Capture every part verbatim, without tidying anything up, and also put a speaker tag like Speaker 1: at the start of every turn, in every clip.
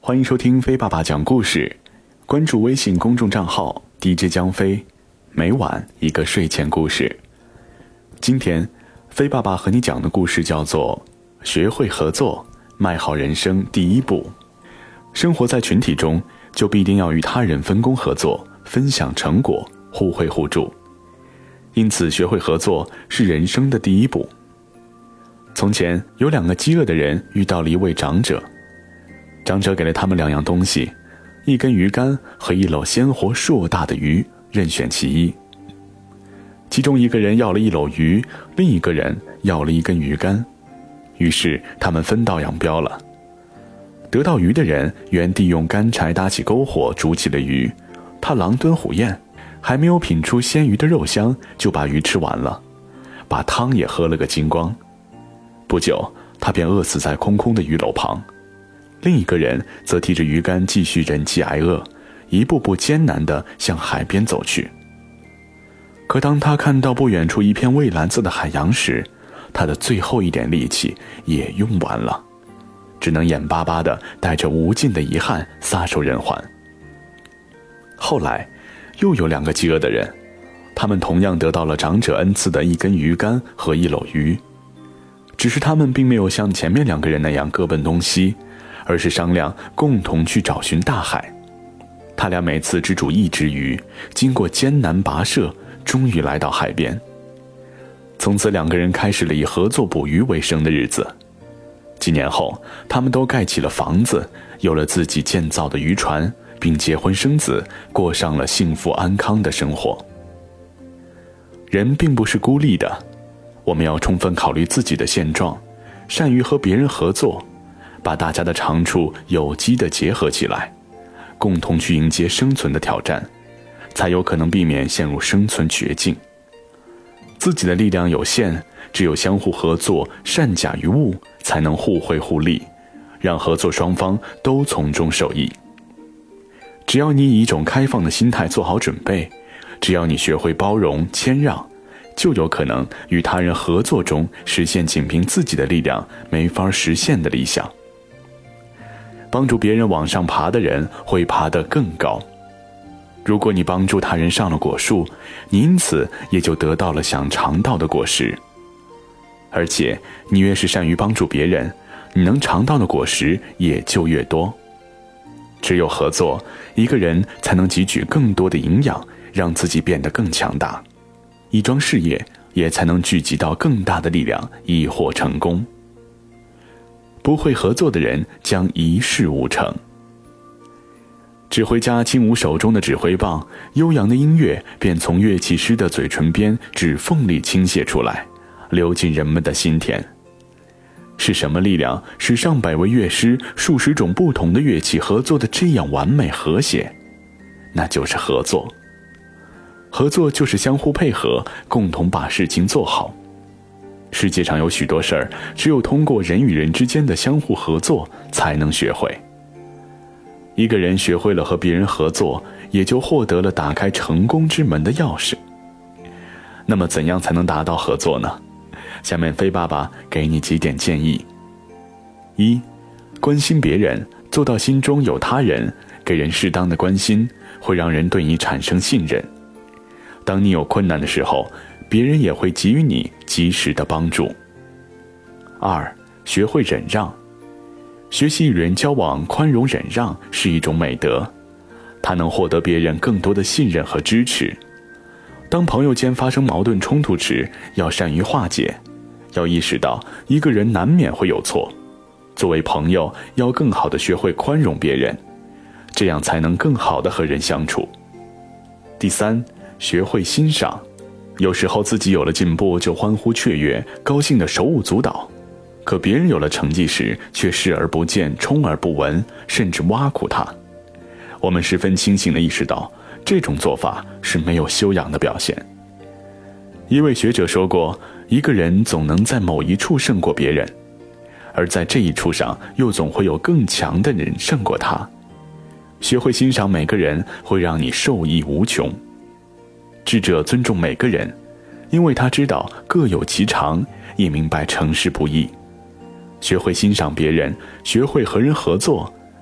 Speaker 1: 欢迎收听飞爸爸讲故事，关注微信公众账号 D J 江飞，每晚一个睡前故事。今天飞爸爸和你讲的故事叫做学会合作，迈好人生第一步。生活在群体中，就必定要与他人分工合作，分享成果，互惠互助。因此学会合作是人生的第一步。从前有两个饥饿的人遇到了一位长者，长者给了他们两样东西，一根鱼竿和一篓鲜活硕大的鱼，任选其一。其中一个人要了一篓鱼，另一个人要了一根鱼竿，于是他们分道扬镳了。得到鱼的人原地用干柴搭起篝火，煮起了鱼，他狼吞虎咽，还没有品出鲜鱼的肉香，就把鱼吃完了，把汤也喝了个精光。不久他便饿死在空空的鱼篓旁。另一个人则提着鱼竿继续忍饥挨饿，一步步艰难地向海边走去。可当他看到不远处一片蔚蓝色的海洋时，他的最后一点力气也用完了，只能眼巴巴地带着无尽的遗憾撒手人寰。后来又有两个饥饿的人，他们同样得到了长者恩赐的一根鱼竿和一篓鱼，只是他们并没有像前面两个人那样各奔东西，而是商量共同去找寻大海。他俩每次只煮一只鱼，经过艰难跋涉，终于来到海边。从此两个人开始了以合作捕鱼为生的日子。几年后，他们都盖起了房子，有了自己建造的渔船，并结婚生子，过上了幸福安康的生活。人并不是孤立的，我们要充分考虑自己的现状，善于和别人合作，把大家的长处有机地结合起来，共同去迎接生存的挑战，才有可能避免陷入生存绝境。自己的力量有限，只有相互合作，善假于物，才能互惠互利，让合作双方都从中受益。只要你以一种开放的心态做好准备，只要你学会包容谦让，就有可能与他人合作中实现仅凭自己的力量没法实现的理想。帮助别人往上爬的人会爬得更高。如果你帮助他人上了果树，你因此也就得到了想尝到的果实。而且你越是善于帮助别人，你能尝到的果实也就越多。只有合作，一个人才能汲取更多的营养，让自己变得更强大，一桩事业也才能聚集到更大的力量，以获成功。不会合作的人将一事无成。指挥家轻舞手中的指挥棒，悠扬的音乐便从乐器师的嘴唇边指缝里倾泻出来，流进人们的心田。是什么力量使上百位乐师数十种不同的乐器合作的这样完美和谐？那就是合作。合作就是相互配合，共同把事情做好。世界上有许多事儿，只有通过人与人之间的相互合作才能学会。一个人学会了和别人合作，也就获得了打开成功之门的钥匙。那么怎样才能达到合作呢？下面飞爸爸给你几点建议。一、关心别人，做到心中有他人，给人适当的关心，会让人对你产生信任。当你有困难的时候，别人也会给予你及时的帮助。二、学会忍让。学习与人交往，宽容忍让是一种美德，它能获得别人更多的信任和支持。当朋友间发生矛盾冲突时，要善于化解，要意识到一个人难免会有错。作为朋友，要更好地学会宽容别人，这样才能更好地和人相处。第三，学会欣赏。有时候自己有了进步就欢呼雀跃，高兴得手舞足蹈，可别人有了成绩时却视而不见，充耳不闻，甚至挖苦他。我们十分清醒地意识到，这种做法是没有修养的表现。一位学者说过，一个人总能在某一处胜过别人，而在这一处上又总会有更强的人胜过他。学会欣赏每个人，会让你受益无穷。智者尊重每个人，因为他知道各有其长，也明白成事不易。学会欣赏别人，学会和人合作，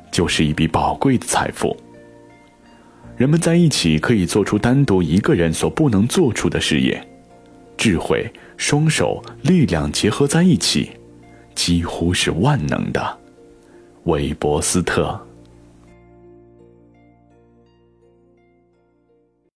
Speaker 1: 就是一笔宝贵的财富。人们在一起可以做出单独一个人所不能做出的事业，智慧、双手、力量结合在一起，几乎是万能的。韦伯斯特。